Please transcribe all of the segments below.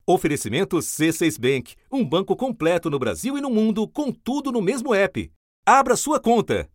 Oferecimento C6 Bank, um banco completo no Brasil e no mundo, com tudo no mesmo app. Abra sua conta.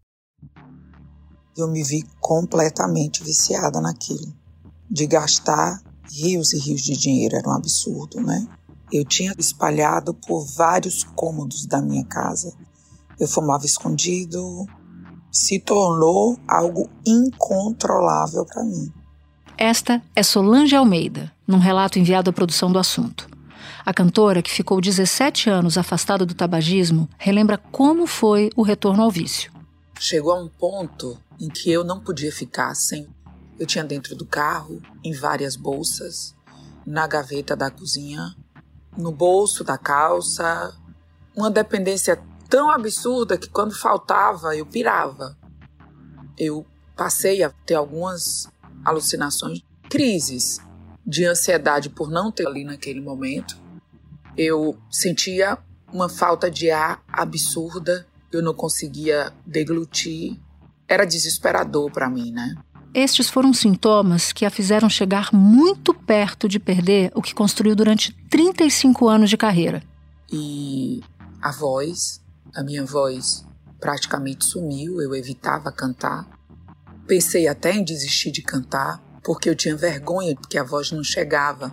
Eu me vi completamente viciada naquilo, de gastar rios e rios de dinheiro, era um absurdo, né? Eu tinha espalhado por vários cômodos da minha casa. Eu fumava escondido, se tornou algo incontrolável para mim. Esta é Solange Almeida, num relato enviado à produção do assunto. A cantora, que ficou 17 anos afastada do tabagismo, relembra como foi o retorno ao vício. Chegou a um ponto em que eu não podia ficar sem. Eu tinha dentro do carro, em várias bolsas, na gaveta da cozinha, no bolso da calça. Uma dependência tão absurda que quando faltava eu pirava. Eu passei a ter algumas alucinações, crises de ansiedade por não ter ali naquele momento. Eu sentia uma falta de ar absurda, eu não conseguia deglutir. Era desesperador para mim, né? Estes foram sintomas que a fizeram chegar muito perto de perder o que construiu durante 35 anos de carreira. E a minha voz praticamente sumiu, eu evitava cantar. Pensei até em desistir de cantar, porque eu tinha vergonha de que a voz não chegava.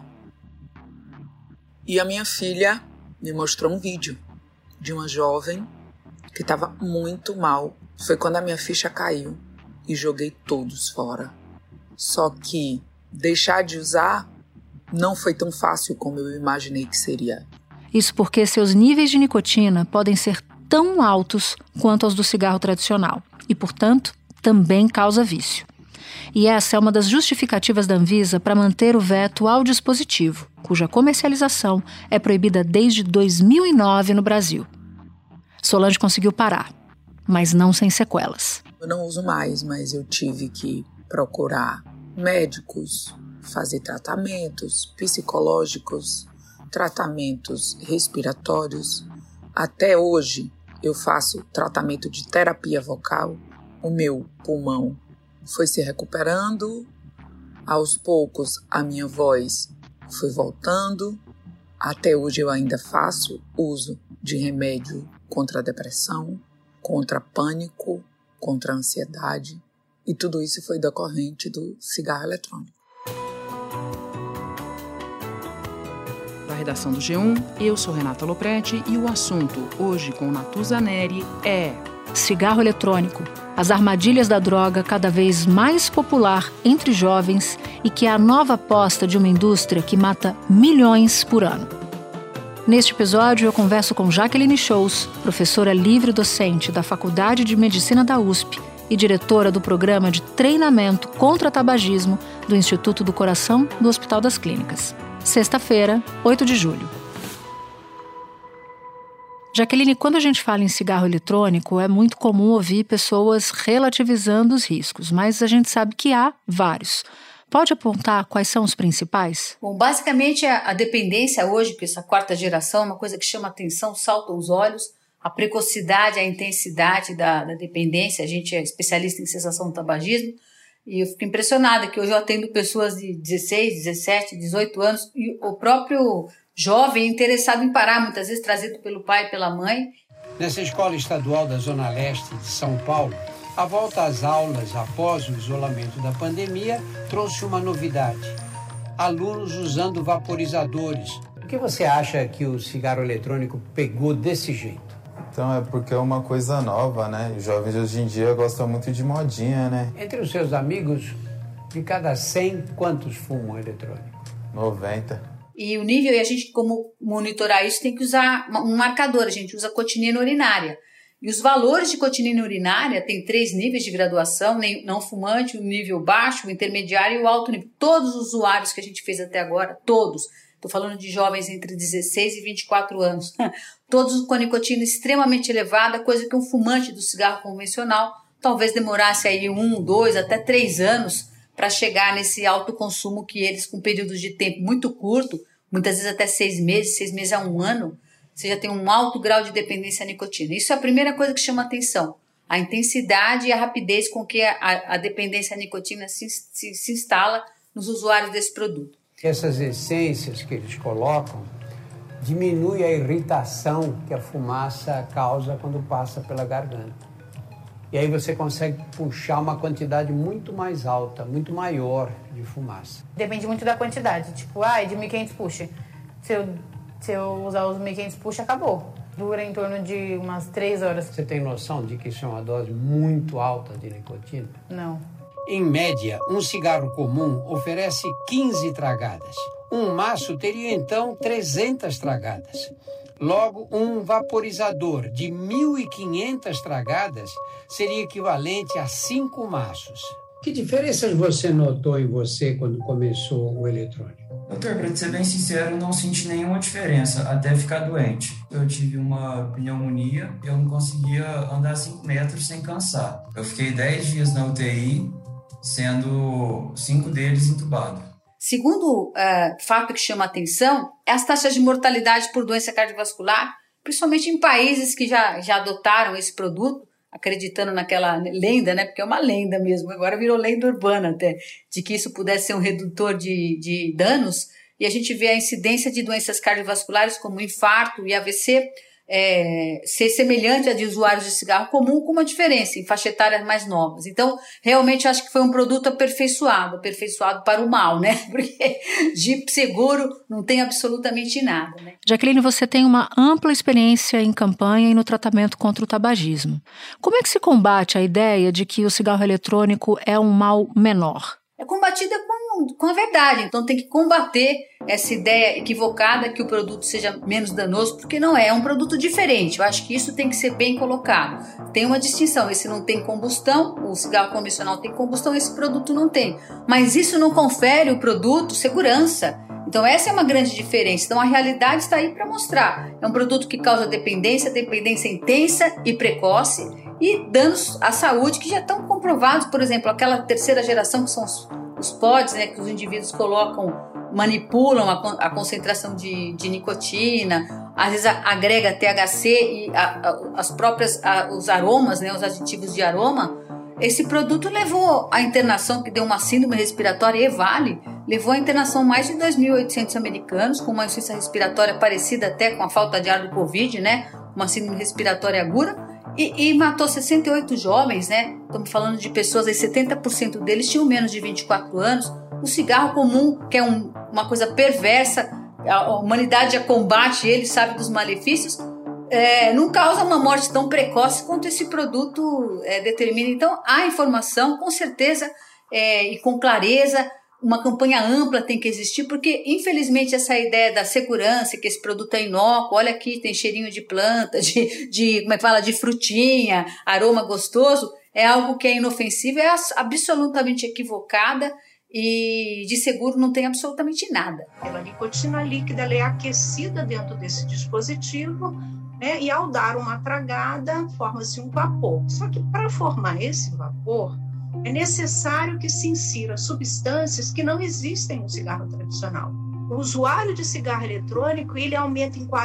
E a minha filha me mostrou um vídeo de uma jovem que estava muito mal. Foi quando a minha ficha caiu e joguei todos fora. Só que deixar de usar não foi tão fácil como eu imaginei que seria. Isso porque seus níveis de nicotina podem ser tão altos quanto aos do cigarro tradicional e, portanto, também causa vício. E essa é uma das justificativas da Anvisa para manter o veto ao dispositivo, cuja comercialização é proibida desde 2009 no Brasil. Solange conseguiu parar, mas não sem sequelas. Eu não uso mais, mas eu tive que procurar médicos, fazer tratamentos psicológicos, tratamentos respiratórios. Até hoje eu faço tratamento de terapia vocal. O meu pulmão foi se recuperando, aos poucos a minha voz foi voltando. Até hoje eu ainda faço uso de remédio contra a depressão, contra pânico, contra a ansiedade, e tudo isso foi decorrente do cigarro eletrônico. Da redação do G1, eu sou Renata Lopretti e o assunto hoje com Natuza Neri é cigarro eletrônico, as armadilhas da droga cada vez mais popular entre jovens e que é a nova aposta de uma indústria que mata milhões por ano. Neste episódio, eu converso com Jaqueline Shows, professora livre-docente da Faculdade de Medicina da USP e diretora do Programa de Treinamento contra Tabagismo do Instituto do Coração do Hospital das Clínicas. Sexta-feira, 8 de julho. Jaqueline, quando a gente fala em cigarro eletrônico, é muito comum ouvir pessoas relativizando os riscos, mas a gente sabe que há vários. Pode apontar quais são os principais? Bom, basicamente a dependência hoje, porque essa quarta geração é uma coisa que chama atenção, salta aos olhos, a precocidade, a intensidade da dependência. A gente é especialista em cessação do tabagismo e eu fico impressionada que hoje eu atendo pessoas de 16, 17, 18 anos e o próprio jovem interessado em parar, muitas vezes trazido pelo pai e pela mãe. Nessa escola estadual da Zona Leste de São Paulo, a volta às aulas após o isolamento da pandemia trouxe uma novidade: alunos usando vaporizadores. Por que você acha que o cigarro eletrônico pegou desse jeito? Então é porque é uma coisa nova, né? Os jovens hoje em dia gostam muito de modinha, né? Entre os seus amigos, de cada 100, quantos fumam eletrônico? 90. E o nível, e a gente, como monitorar isso, tem que usar um marcador. A gente usa cotinina urinária. E os valores de cotinina urinária tem 3 níveis de graduação: não fumante, o nível baixo, o intermediário e o alto nível. Todos os usuários que a gente fez até agora, todos, estou falando de jovens entre 16 e 24 anos, todos com a nicotina extremamente elevada, coisa que um fumante do cigarro convencional talvez demorasse aí 1, 2, até 3 anos para chegar nesse alto consumo que eles, com períodos de tempo muito curto, muitas vezes até 6 meses a 1 ano, você já tem um alto grau de dependência à nicotina. Isso é a primeira coisa que chama atenção, a intensidade e a rapidez com que a dependência à nicotina se instala nos usuários desse produto. Essas essências que eles colocam diminuem a irritação que a fumaça causa quando passa pela garganta. E aí você consegue puxar uma quantidade muito mais alta, muito maior de fumaça. Depende muito da quantidade. Tipo, de 1.500 puxa. Se eu usar os 1.500 puxa, acabou. Dura em torno de umas 3 horas. Você tem noção de que isso é uma dose muito alta de nicotina? Não. Em média, um cigarro comum oferece 15 tragadas. Um maço teria, então, 300 tragadas. Logo, um vaporizador de 1.500 tragadas seria equivalente a 5 maços. Que diferenças você notou em você quando começou o eletrônico? Doutor, para ser bem sincero, eu não senti nenhuma diferença até ficar doente. Eu tive uma pneumonia e eu não conseguia andar 5 metros sem cansar. Eu fiquei 10 dias na UTI, sendo 5 deles entubados. Segundo fato que chama a atenção é as taxas de mortalidade por doença cardiovascular, principalmente em países que já adotaram esse produto, acreditando naquela lenda, né? Porque é uma lenda mesmo, agora virou lenda urbana até, de que isso pudesse ser um redutor de danos, e a gente vê a incidência de doenças cardiovasculares como infarto e AVC ser semelhante a de usuários de cigarro comum, com uma diferença em faixa etária mais novas. Então, realmente, eu acho que foi um produto aperfeiçoado para o mal, né? Porque de seguro não tem absolutamente nada, né? Jaqueline, você tem uma ampla experiência em campanha e no tratamento contra o tabagismo. Como é que se combate a ideia de que o cigarro eletrônico é um mal menor? É combatida com a verdade, então tem que combater essa ideia equivocada que o produto seja menos danoso, porque não é um produto diferente. Eu acho que isso tem que ser bem colocado. Tem uma distinção, esse não tem combustão, o cigarro convencional tem combustão, esse produto não tem. Mas isso não confere ao produto segurança. Então essa é uma grande diferença. Então a realidade está aí para mostrar. É um produto que causa dependência intensa e precoce, e danos à saúde que já estão comprovados. Por exemplo, aquela terceira geração que são os pods, né, que os indivíduos manipulam a concentração de nicotina, às vezes agrega THC e os aromas, né, os aditivos de aroma. Esse produto levou à internação, que deu uma síndrome respiratória EVALI, levou à internação mais de 2.800 americanos com uma insuficiência respiratória parecida até com a falta de ar do Covid, né, uma síndrome respiratória aguda. E matou 68 jovens, né? Estamos falando de pessoas, aí 70% deles tinham menos de 24 anos. O cigarro comum, que é uma coisa perversa, a humanidade já combate ele, sabe dos malefícios, não causa uma morte tão precoce quanto esse produto determina. Então, há informação, com certeza, e com clareza. Uma campanha ampla tem que existir, porque infelizmente essa ideia da segurança, que esse produto é inócuo, olha aqui, tem cheirinho de planta, de frutinha, aroma gostoso, é algo que é inofensivo, é absolutamente equivocada e de seguro não tem absolutamente nada. A nicotina líquida ela é aquecida dentro desse dispositivo, né, e ao dar uma tragada forma-se um vapor. Só que para formar esse vapor, é necessário que se insira substâncias que não existem no cigarro tradicional. O usuário de cigarro eletrônico, ele aumenta em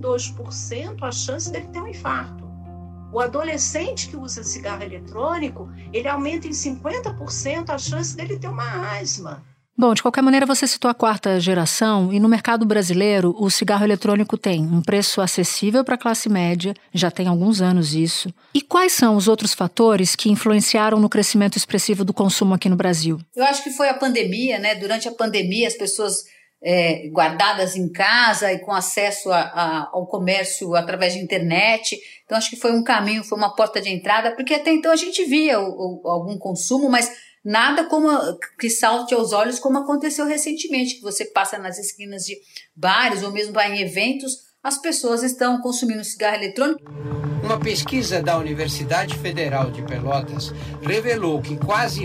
42% a chance dele ter um infarto. O adolescente que usa cigarro eletrônico, ele aumenta em 50% a chance dele ter uma asma. Bom, de qualquer maneira, você citou a 4ª geração e no mercado brasileiro o cigarro eletrônico tem um preço acessível para a classe média, já tem alguns anos isso. E quais são os outros fatores que influenciaram no crescimento expressivo do consumo aqui no Brasil? Eu acho que foi a pandemia, né? Durante a pandemia as pessoas guardadas em casa e com acesso ao comércio através de internet. Então acho que foi um caminho, foi uma porta de entrada, porque até então a gente via algum consumo, mas nada como que salte aos olhos, como aconteceu recentemente, que você passa nas esquinas de bares ou mesmo vai em eventos, as pessoas estão consumindo cigarro eletrônico. Uma pesquisa da Universidade Federal de Pelotas revelou que quase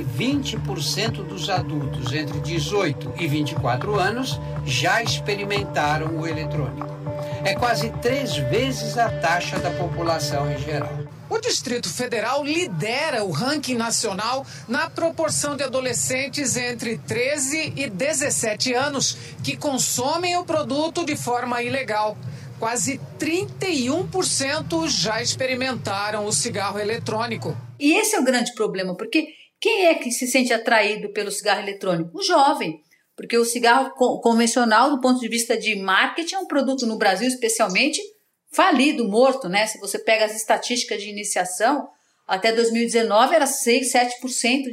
20% dos adultos entre 18 e 24 anos já experimentaram o eletrônico. É quase 3 vezes a taxa da população em geral. O Distrito Federal lidera o ranking nacional na proporção de adolescentes entre 13 e 17 anos que consomem o produto de forma ilegal. Quase 31% já experimentaram o cigarro eletrônico. E esse é o grande problema, porque quem é que se sente atraído pelo cigarro eletrônico? O jovem. Porque o cigarro convencional, do ponto de vista de marketing, é um produto no Brasil, especialmente, falido, morto, né? Se você pega as estatísticas de iniciação, até 2019 era 6, 7%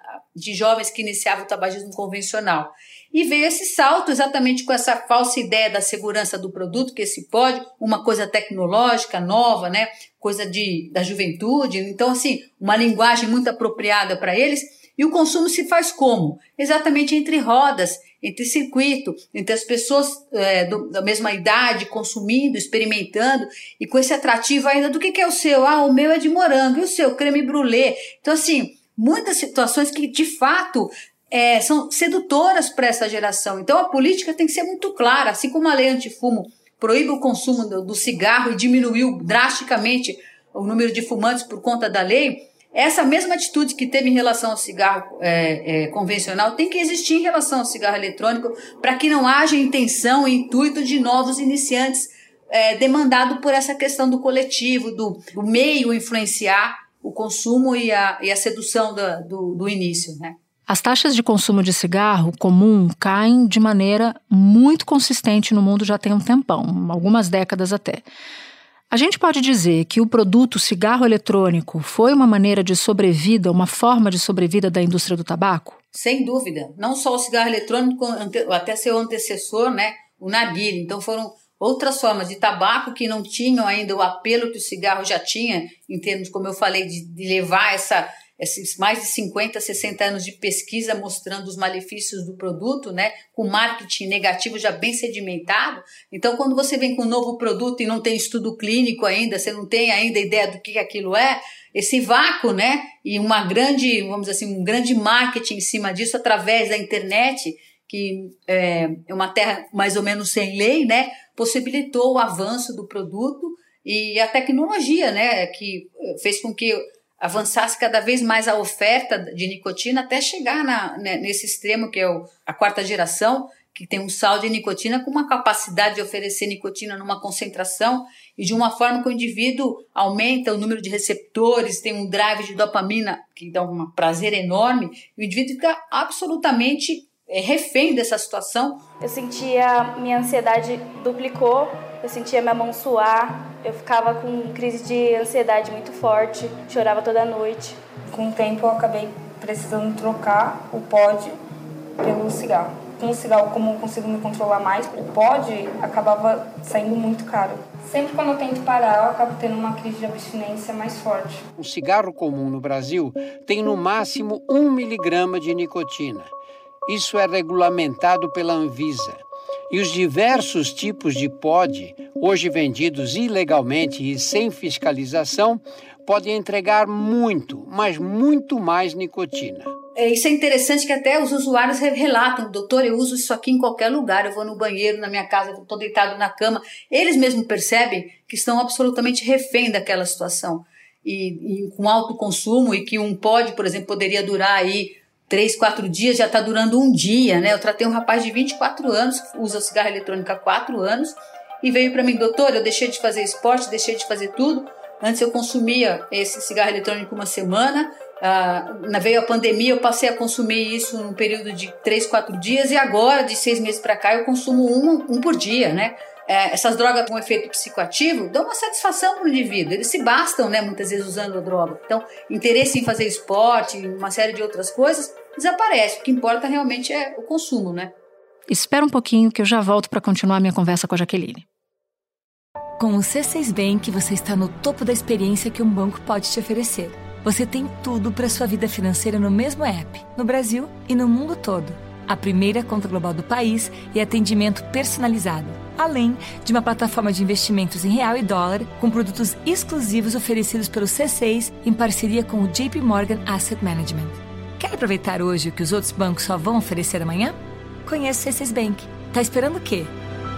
de jovens que iniciavam o tabagismo convencional. E veio esse salto exatamente com essa falsa ideia da segurança do produto, que esse pode, uma coisa tecnológica, nova, né? Coisa da juventude. Então, assim, uma linguagem muito apropriada para eles. E o consumo se faz como? Exatamente entre rodas, entre circuito, entre as pessoas da mesma idade, consumindo, experimentando, e com esse atrativo ainda do que é o seu? O meu é de morango, e o seu? Creme brulee. Então, assim, muitas situações que, de fato, são sedutoras para essa geração. Então, a política tem que ser muito clara, assim como a lei antifumo proíbe o consumo do cigarro e diminuiu drasticamente o número de fumantes por conta da lei. Essa mesma atitude que teve em relação ao cigarro convencional tem que existir em relação ao cigarro eletrônico, para que não haja intenção e intuito de novos iniciantes, demandado por essa questão do coletivo, do meio influenciar o consumo e a sedução do início, né? As taxas de consumo de cigarro comum caem de maneira muito consistente no mundo já tem um tempão, algumas décadas até. A gente pode dizer que o produto cigarro eletrônico foi uma maneira de sobrevida, uma forma de sobrevida da indústria do tabaco? Sem dúvida. Não só o cigarro eletrônico, até seu antecessor, né, o narguilé. Então foram outras formas de tabaco que não tinham ainda o apelo que o cigarro já tinha, em termos, como eu falei, de levar esses mais de 50, 60 anos de pesquisa mostrando os malefícios do produto, né, com marketing negativo já bem sedimentado. Então, quando você vem com um novo produto e não tem estudo clínico ainda, você não tem ainda ideia do que aquilo esse vácuo, né, e uma grande, vamos dizer assim, um grande marketing em cima disso através da internet, que é uma terra mais ou menos sem lei, né, possibilitou o avanço do produto e a tecnologia, né, que fez com que avançasse cada vez mais a oferta de nicotina até chegar nesse extremo que é a quarta geração, que tem um sal de nicotina com uma capacidade de oferecer nicotina numa concentração e de uma forma que o indivíduo aumenta o número de receptores, tem um drive de dopamina que dá um prazer enorme e o indivíduo fica absolutamente refém dessa situação. Eu sentia, minha ansiedade duplicou, eu sentia minha mão suar, eu ficava com crise de ansiedade muito forte, chorava toda noite. Com o tempo eu acabei precisando trocar o pod pelo cigarro. Com o cigarro, como eu consigo me controlar mais, o pod acabava saindo muito caro. Sempre quando eu tento parar, eu acabo tendo uma crise de abstinência mais forte. O cigarro comum no Brasil tem no máximo 1 miligrama de nicotina. Isso é regulamentado pela Anvisa. E os diversos tipos de pod, hoje vendidos ilegalmente e sem fiscalização, podem entregar muito, mas muito mais nicotina. Isso é interessante que até os usuários relatam, doutor, eu uso isso aqui em qualquer lugar, eu vou no banheiro, na minha casa, estou deitado na cama. Eles mesmos percebem que estão absolutamente refém daquela situação. E com alto consumo e que um pod, por exemplo, poderia durar aí 3, 4 dias, já está durando um dia, né? Eu tratei um rapaz de 24 anos, que usa cigarro eletrônico há 4 anos, e veio para mim, doutor, eu deixei de fazer esporte, deixei de fazer tudo. Antes eu consumia esse cigarro eletrônico uma semana, veio a pandemia, eu passei a consumir isso num período de 3, 4 dias, e agora, de 6 meses para cá, eu consumo um por dia, né? Essas drogas com efeito psicoativo dão uma satisfação para o indivíduo, eles se bastam, né, muitas vezes usando a droga. Então, interesse em fazer esporte, uma série de outras coisas, desaparece. O que importa realmente é o consumo, né? Espera um pouquinho que eu já volto para continuar minha conversa com a Jaqueline. Com o C6 Bank, você está no topo da experiência que um banco pode te oferecer. Você tem tudo para sua vida financeira no mesmo app, no Brasil e no mundo todo. A primeira conta global do país e atendimento personalizado, além de uma plataforma de investimentos em real e dólar com produtos exclusivos oferecidos pelo C6 em parceria com o JP Morgan Asset Management. Quer aproveitar hoje o que os outros bancos só vão oferecer amanhã? Conheça o C6 Bank. Tá esperando o quê?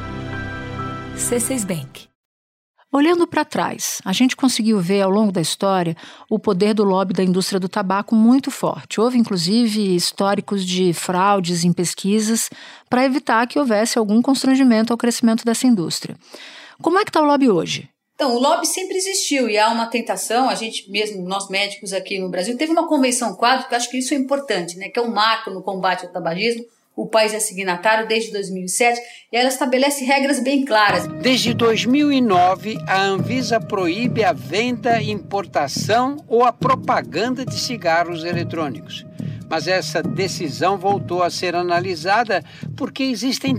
C6 Bank. Olhando para trás, a gente conseguiu ver ao longo da história o poder do lobby da indústria do tabaco muito forte. Houve, inclusive, históricos de fraudes em pesquisas para evitar que houvesse algum constrangimento ao crescimento dessa indústria. Como é que está o lobby hoje? Então, o lobby sempre existiu e há uma tentação, a gente mesmo, nós médicos aqui no Brasil, teve uma convenção quadro, que eu acho que isso é importante, né, que é um marco no combate ao tabagismo, O país é signatário desde 2007 e ela estabelece regras bem claras. Desde 2009, a Anvisa proíbe a venda, importação ou a propaganda de cigarros eletrônicos. Mas essa decisão voltou a ser analisada porque existem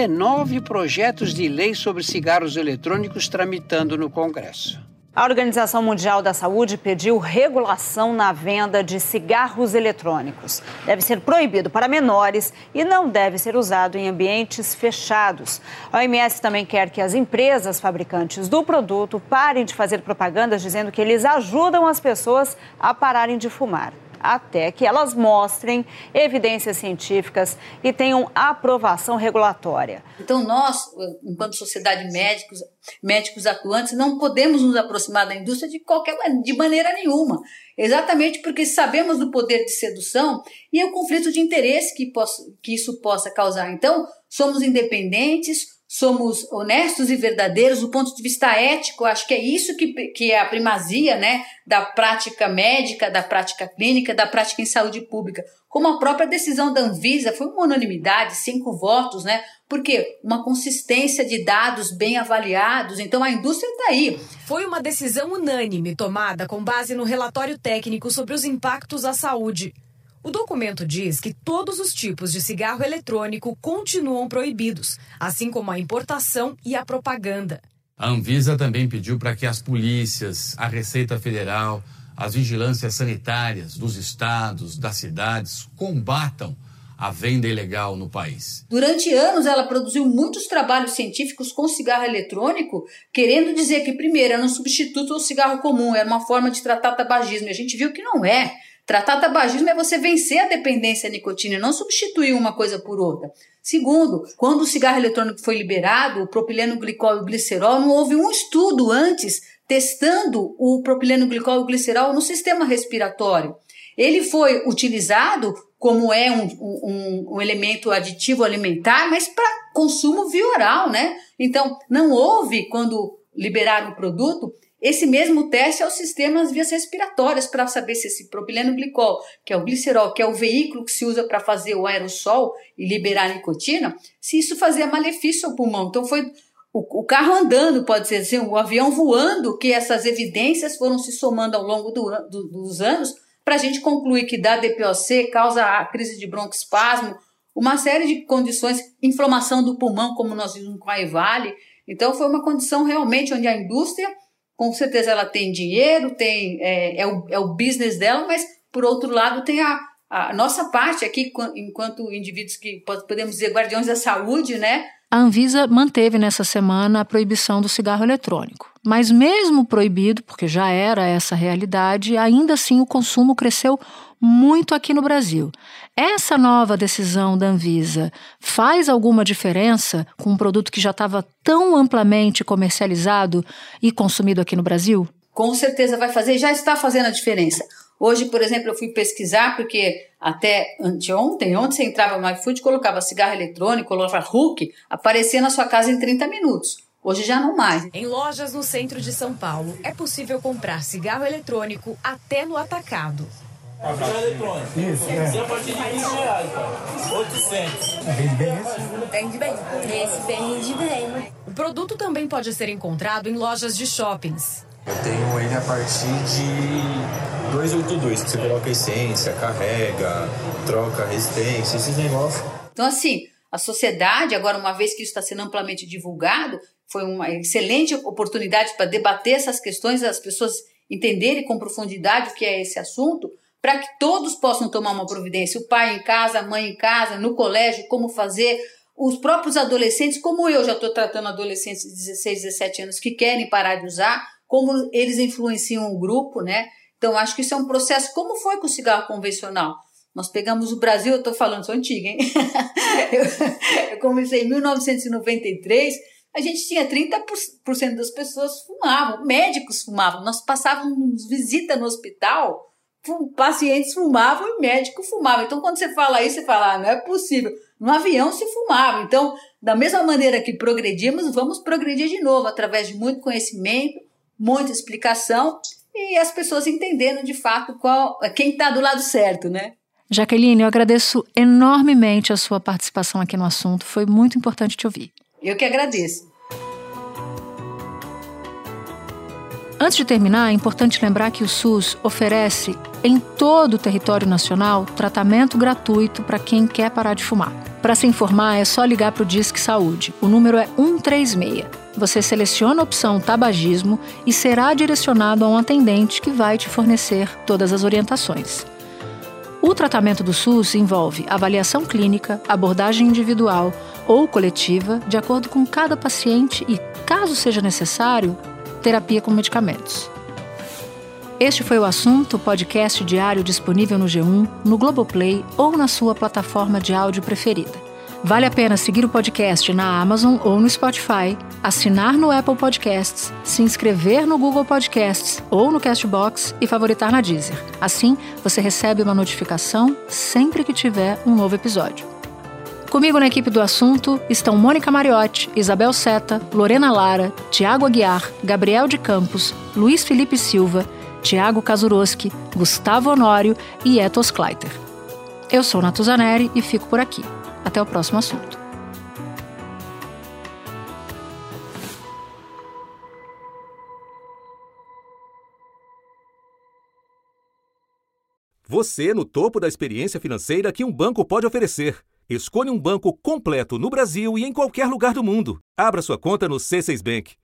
19 projetos de lei sobre cigarros eletrônicos tramitando no Congresso. A Organização Mundial da Saúde pediu regulação na venda de cigarros eletrônicos. Deve ser proibido para menores e não deve ser usado em ambientes fechados. A OMS também quer que as empresas fabricantes do produto parem de fazer propagandas dizendo que eles ajudam as pessoas a pararem de fumar, até que elas mostrem evidências científicas e tenham aprovação regulatória. Então nós, enquanto sociedade médicos atuantes, não podemos nos aproximar da indústria de maneira nenhuma. Exatamente porque sabemos do poder de sedução e o conflito de interesse que isso possa causar. Então, somos independentes, somos honestos e verdadeiros do ponto de vista ético. Acho que é isso que é a primazia, né, da prática médica, da prática clínica, da prática em saúde pública. Como a própria decisão da Anvisa foi uma unanimidade, 5 votos, né? Porque uma consistência de dados bem avaliados. Então a indústria está aí. Foi uma decisão unânime tomada com base no relatório técnico sobre os impactos à saúde. O documento diz que todos os tipos de cigarro eletrônico continuam proibidos, assim como a importação e a propaganda. A Anvisa também pediu para que as polícias, a Receita Federal, as vigilâncias sanitárias dos estados, das cidades, combatam a venda ilegal no país. Durante anos, ela produziu muitos trabalhos científicos com cigarro eletrônico, querendo dizer que, primeiro, era um substituto ao cigarro comum, era uma forma de tratar tabagismo. E a gente viu que não é. Tratar tabagismo é você vencer a dependência à nicotina, não substituir uma coisa por outra. Segundo, quando o cigarro eletrônico foi liberado, o propileno glicol e o glicerol, não houve um estudo antes testando o propileno glicol e o glicerol no sistema respiratório. Ele foi utilizado como um elemento aditivo alimentar, mas para consumo via oral, né? Então, não houve, quando liberaram o produto, esse mesmo teste aos sistemas vias respiratórias para saber se esse propileno glicol, que é o glicerol, que é o veículo que se usa para fazer o aerossol e liberar a nicotina, se isso fazia malefício ao pulmão. Então foi o carro andando, pode ser assim, o avião voando, que essas evidências foram se somando ao longo dos anos para a gente concluir que dá DPOC, causa a crise de broncoespasmo, uma série de condições, inflamação do pulmão, como nós vimos com a EVALI. Então foi uma condição realmente onde a indústria, com certeza ela tem dinheiro, é o business dela, mas, por outro lado, tem a nossa parte aqui, enquanto indivíduos que podemos dizer guardiões da saúde, né? A Anvisa manteve nessa semana a proibição do cigarro eletrônico. Mas mesmo proibido, porque já era essa realidade, ainda assim o consumo cresceu muito aqui no Brasil. Essa nova decisão da Anvisa faz alguma diferença com um produto que já estava tão amplamente comercializado e consumido aqui no Brasil? Com certeza vai fazer, já está fazendo a diferença. Hoje, por exemplo, eu fui pesquisar, porque até ontem você entrava no iFood, colocava cigarro eletrônico, colocava hook, aparecia na sua casa em 30 minutos. Hoje já não mais. Em lojas no centro de São Paulo, é possível comprar cigarro eletrônico até no atacado. Cigarro eletrônico. Isso, é. A partir de R$15, cara. 800. Vende bem esse? Vende bem. Esse vende bem. O produto também pode ser encontrado em lojas de shoppings. Eu tenho ele a partir de 282, que você coloca essência, carrega, troca resistência, esses negócios. Então, assim, a sociedade, agora, uma vez que isso está sendo amplamente divulgado, foi uma excelente oportunidade para debater essas questões, as pessoas entenderem com profundidade o que é esse assunto, para que todos possam tomar uma providência. O pai em casa, a mãe em casa, no colégio, como fazer. Os próprios adolescentes, como eu já estou tratando adolescentes de 16, 17 anos que querem parar de usar, como eles influenciam o grupo, né? Então, acho que isso é um processo, como foi com o cigarro convencional. Nós pegamos o Brasil, eu estou falando, sou antiga, hein? Eu comecei em 1993, a gente tinha 30% das pessoas fumavam, médicos fumavam. Nós passávamos visita no hospital, pacientes fumavam e médico fumava. Então, quando você fala isso, você fala, não é possível. No avião se fumava. Então, da mesma maneira que progredimos, vamos progredir de novo, através de muito conhecimento, muita explicação e as pessoas entendendo de fato quem está do lado certo, né? Jaqueline, eu agradeço enormemente a sua participação aqui no assunto. Foi muito importante te ouvir. Eu que agradeço. Antes de terminar, é importante lembrar que o SUS oferece em todo o território nacional tratamento gratuito para quem quer parar de fumar. Para se informar, é só ligar para o Disque Saúde. O número é 136. Você seleciona a opção tabagismo e será direcionado a um atendente que vai te fornecer todas as orientações. O tratamento do SUS envolve avaliação clínica, abordagem individual ou coletiva, de acordo com cada paciente e, caso seja necessário, terapia com medicamentos. Este foi o assunto, podcast diário disponível no G1, no Globoplay ou na sua plataforma de áudio preferida. Vale a pena seguir o podcast na Amazon ou no Spotify, assinar no Apple Podcasts, se inscrever no Google Podcasts ou no Castbox e favoritar na Deezer. Assim, você recebe uma notificação sempre que tiver um novo episódio. Comigo na equipe do assunto estão Mônica Mariotti, Isabel Seta, Lorena Lara, Tiago Aguiar, Gabriel de Campos, Luiz Felipe Silva, Tiago Kazuroski, Gustavo Honório e Etos Kleiter. Eu sou Natuza Neri e fico por aqui. Até o próximo assunto. Você no topo da experiência financeira que um banco pode oferecer. Escolha um banco completo no Brasil e em qualquer lugar do mundo. Abra sua conta no C6 Bank.